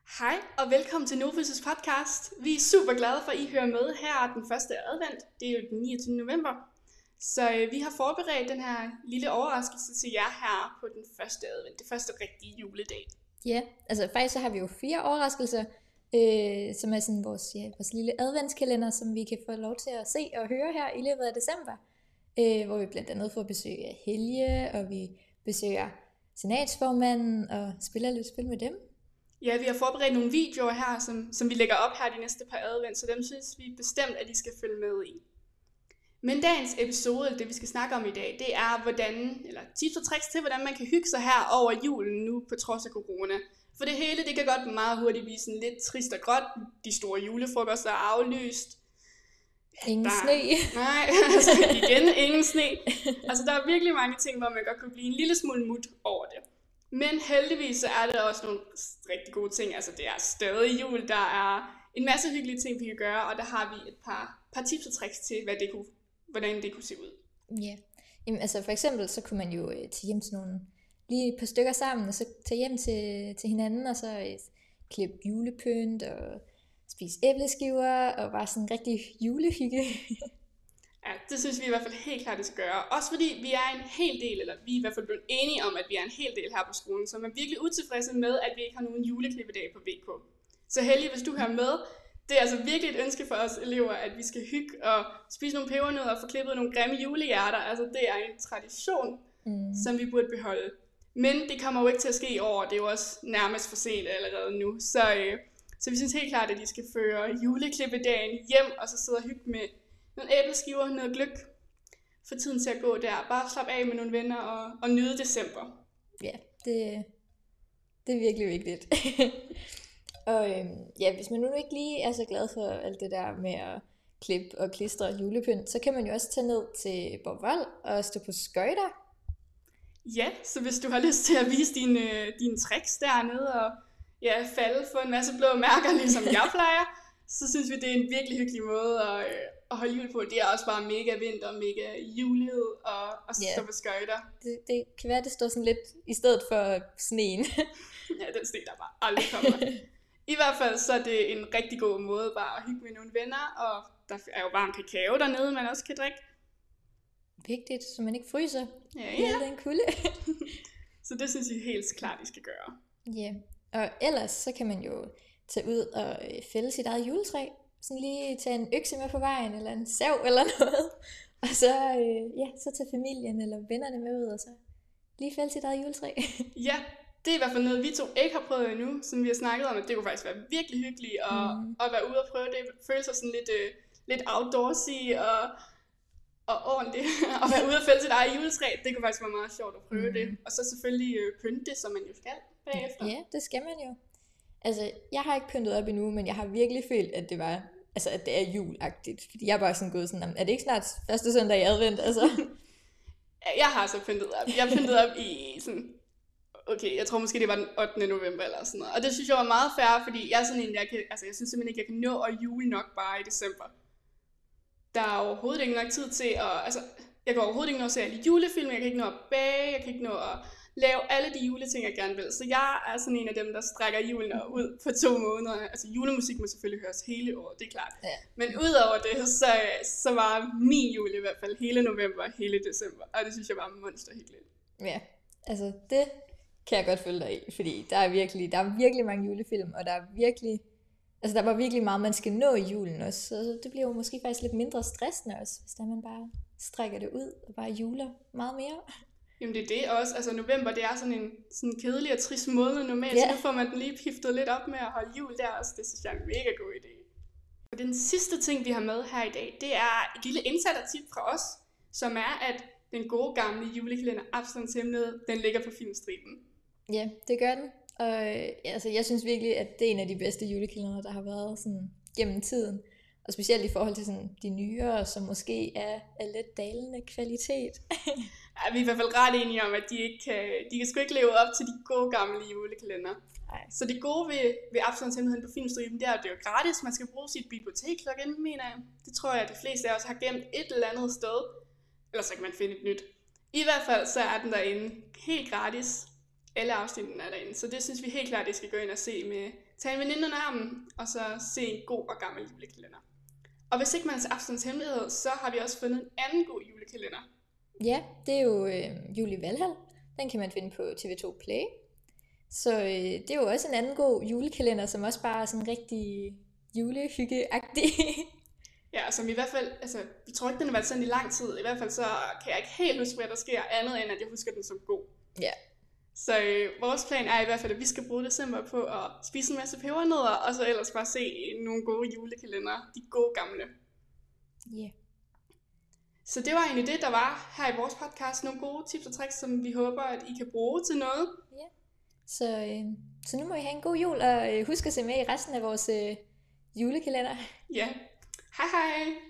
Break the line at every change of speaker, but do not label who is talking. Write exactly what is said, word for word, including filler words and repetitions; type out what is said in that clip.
Hej og velkommen til Novus' podcast. Vi er super glade for, at I hører med her den første advent. Det er jo den niogtyvende november. Så øh, vi har forberedt den her lille overraskelse til jer her på den første advent. Det første rigtige juledag.
Ja, altså faktisk så har vi jo fire overraskelser, øh, som er sådan vores, ja, vores lille adventskalender, som vi kan få lov til at se og høre her i løbet af december. Øh, hvor vi blandt andet får besøg af Helge, og vi besøger senatsformanden og spiller lidt spil med dem.
Ja, vi har forberedt nogle videoer her, som, som vi lægger op her de næste par advent, så dem synes vi bestemt, at I skal følge med i. Men dagens episode, det vi skal snakke om i dag, det er hvordan, eller tips og tricks til, hvordan man kan hygge sig her over julen nu på trods af corona. For det hele, det kan godt meget hurtigt blive sådan lidt trist og gråt. De store julefrokoster er aflyst.
Ingen
der,
sne.
Nej, altså igen, ingen sne. Altså der er virkelig mange ting, hvor man godt kunne blive en lille smule mut over det. Men heldigvis så er der også nogle rigtig gode ting. Altså det er stadig jul, der er en masse hyggelige ting, vi kan gøre, og der har vi et par, par tips og tricks til, hvad det kunne, hvordan det kunne se ud.
Ja, jamen, altså for eksempel så kunne man jo øh, tage hjem til nogle, lige et par stykker sammen, og så tage hjem til, til hinanden, og så øh, klippe julepynt, og spise æbleskiver, og bare sådan rigtig julehygge.
Ja, det synes vi i hvert fald helt klart, det skal gøre. Også fordi vi er en hel del, eller vi er i hvert fald blevet enige om, at vi er en hel del her på skolen, som er virkelig utilfredse med, at vi ikke har nogen juleklippedag på V K. Så Helge, hvis du hører med, det er altså virkelig et ønske for os elever, at vi skal hygge og spise nogle pebernødder og få klippet nogle grimme julehjerter. Altså det er en tradition, mm. som vi burde beholde. Men det kommer jo ikke til at ske i år, det er jo også nærmest for sent allerede nu. Så, øh, så vi synes helt klart, at de skal føre juleklippedagen hjem, og så sidde og hygge med nogle æbleskiver, noget gløgg, for tiden til at gå der. Bare slap af med nogle venner og, og nyde december.
Ja, det, det er virkelig vigtigt. Og øhm, ja, hvis man nu ikke lige er så glad for alt det der med at klippe og klistre julepynt, så kan man jo også tage ned til Borgvold og stå på skøjter.
Ja, så hvis du har lyst til at vise dine, dine tricks dernede og ja, falde for en masse blå mærker, ligesom jeg plejer, så synes vi, det er en virkelig hyggelig måde at, at holde jul på. Det er også bare mega vinter, mega julet og, og stå yeah. på skøjter.
Det, det kan være, det står sådan lidt i stedet for sneen.
Ja, den sne, der bare aldrig kommer. I hvert fald så er det en rigtig god måde bare at hygge med nogle venner, og der er jo varm kakao dernede, man også kan drikke.
Vigtigt, så man ikke fryser.
Ja, ja.
Den kulde.
Så det synes jeg helt klart, I skal gøre.
Ja, yeah. Og ellers så kan man jo tage ud og fælde sit eget juletræ. Sådan lige tage en økse med på vejen, eller en sav eller noget. Og så, øh, ja, så tage familien eller vennerne med ud, og så lige fælde sit eget juletræ.
Ja, det er i hvert fald noget, vi to ikke har prøvet endnu, som vi har snakket om, at det kunne faktisk være virkelig hyggeligt at, mm. at være ude og prøve det. Føle sig sådan lidt, uh, lidt outdoorsy og, og ordentligt. At være ude og fælde sit eget juletræ, det kunne faktisk være meget sjovt at prøve mm. det. Og så selvfølgelig uh, pynte det, som man jo skal bagefter.
Ja, det skal man jo. Altså, jeg har ikke pyntet op endnu, men jeg har virkelig følt, at det var, altså, at det er julagtigt. Fordi jeg er bare sådan gået sådan, er det ikke snart første søndag i advent, altså?
Jeg har så pyntet op. Jeg pyntede op i sådan, okay, jeg tror måske det var den ottende november eller sådan noget. Og det synes jeg var meget fair, fordi jeg er sådan en, jeg kan, altså jeg synes simpelthen ikke, jeg kan nå at jule nok bare i december. Der er overhovedet ikke nok tid til at, altså, jeg kan overhovedet ikke nå at se alle julefilm, jeg kan ikke nå at bage, jeg kan ikke nå at lave alle de juleting, jeg gerne vil. Så jeg er sådan en af dem, der strækker julen ud på to måneder. Altså julemusik må selvfølgelig høres hele året, det er klart. Ja. Men udover det, så, så var min jul i hvert fald hele november, hele december. Og det synes jeg var monsterhyggeligt.
Ja, altså det kan jeg godt følge dig i, fordi der er virkelig, der er virkelig mange julefilm, og der er virkelig, altså der var virkelig meget, man skal nå i julen også. Så det bliver jo måske faktisk lidt mindre stressende også, hvis der man bare strækker det ud og bare juler meget mere.
Jamen det er det også. Altså november, det er sådan en sådan kedelig og trist måned normalt, yeah. Så nu får man den lige piftet lidt op med at holde jul der også. Det synes jeg er en mega god idé. Og den sidste ting, vi har med her i dag, det er et lille indsættertip fra os, som er, at den gode gamle julekalender Absalons Hemmelighed, den ligger på Filmstriben.
Ja, det gør den. Og ja, altså, jeg synes virkelig, at det er en af de bedste julekalender, der har været sådan, gennem tiden. Og specielt i forhold til sådan, de nyere, som måske er af lidt dalende kvalitet.
Ja, vi er i hvert fald ret enige om, at de ikke kan, de kan sgu ikke leve op til de gode gamle julekalender. Nej. Så det gode ved, ved Absalons Hemmelighed på Filmstriben, det er, at det er jo gratis. Man skal bruge sit bibliotek login, mener jeg. Det tror jeg, at de fleste af os har gemt et eller andet sted. Ellers så kan man finde et nyt. I hvert fald så er den derinde helt gratis. Alle afsnittene er derinde. Så det synes vi helt klart, at I skal gå ind og se med Tag en veninde under armen, og så se en god og gammel julekalender. Og hvis ikke man er til Aftenens Hemmelighed, så har vi også fundet en anden god julekalender.
Ja, det er jo øh, Jul i Valhall. Den kan man finde på T V to Play. Så øh, det er jo også en anden god julekalender, som også bare er sådan rigtig julehyggeagtig.
Ja, som i hvert fald, altså, vi tror ikke, den har været sendt i lang tid. I hvert fald så kan jeg ikke helt huske, hvad der sker, andet end at jeg husker den som god.
Ja.
Så øh, vores plan er i hvert fald, at vi skal bruge december på at spise en masse pebernødder, og så ellers bare se nogle gode julekalender, de gode gamle.
Ja. Yeah.
Så det var egentlig det, der var her i vores podcast. Nogle gode tips og tricks, som vi håber, at I kan bruge til noget.
Ja. Så, øh, så nu må I have en god jul, og øh, husk at se med i resten af vores øh, julekalender.
Ja. Hej hej!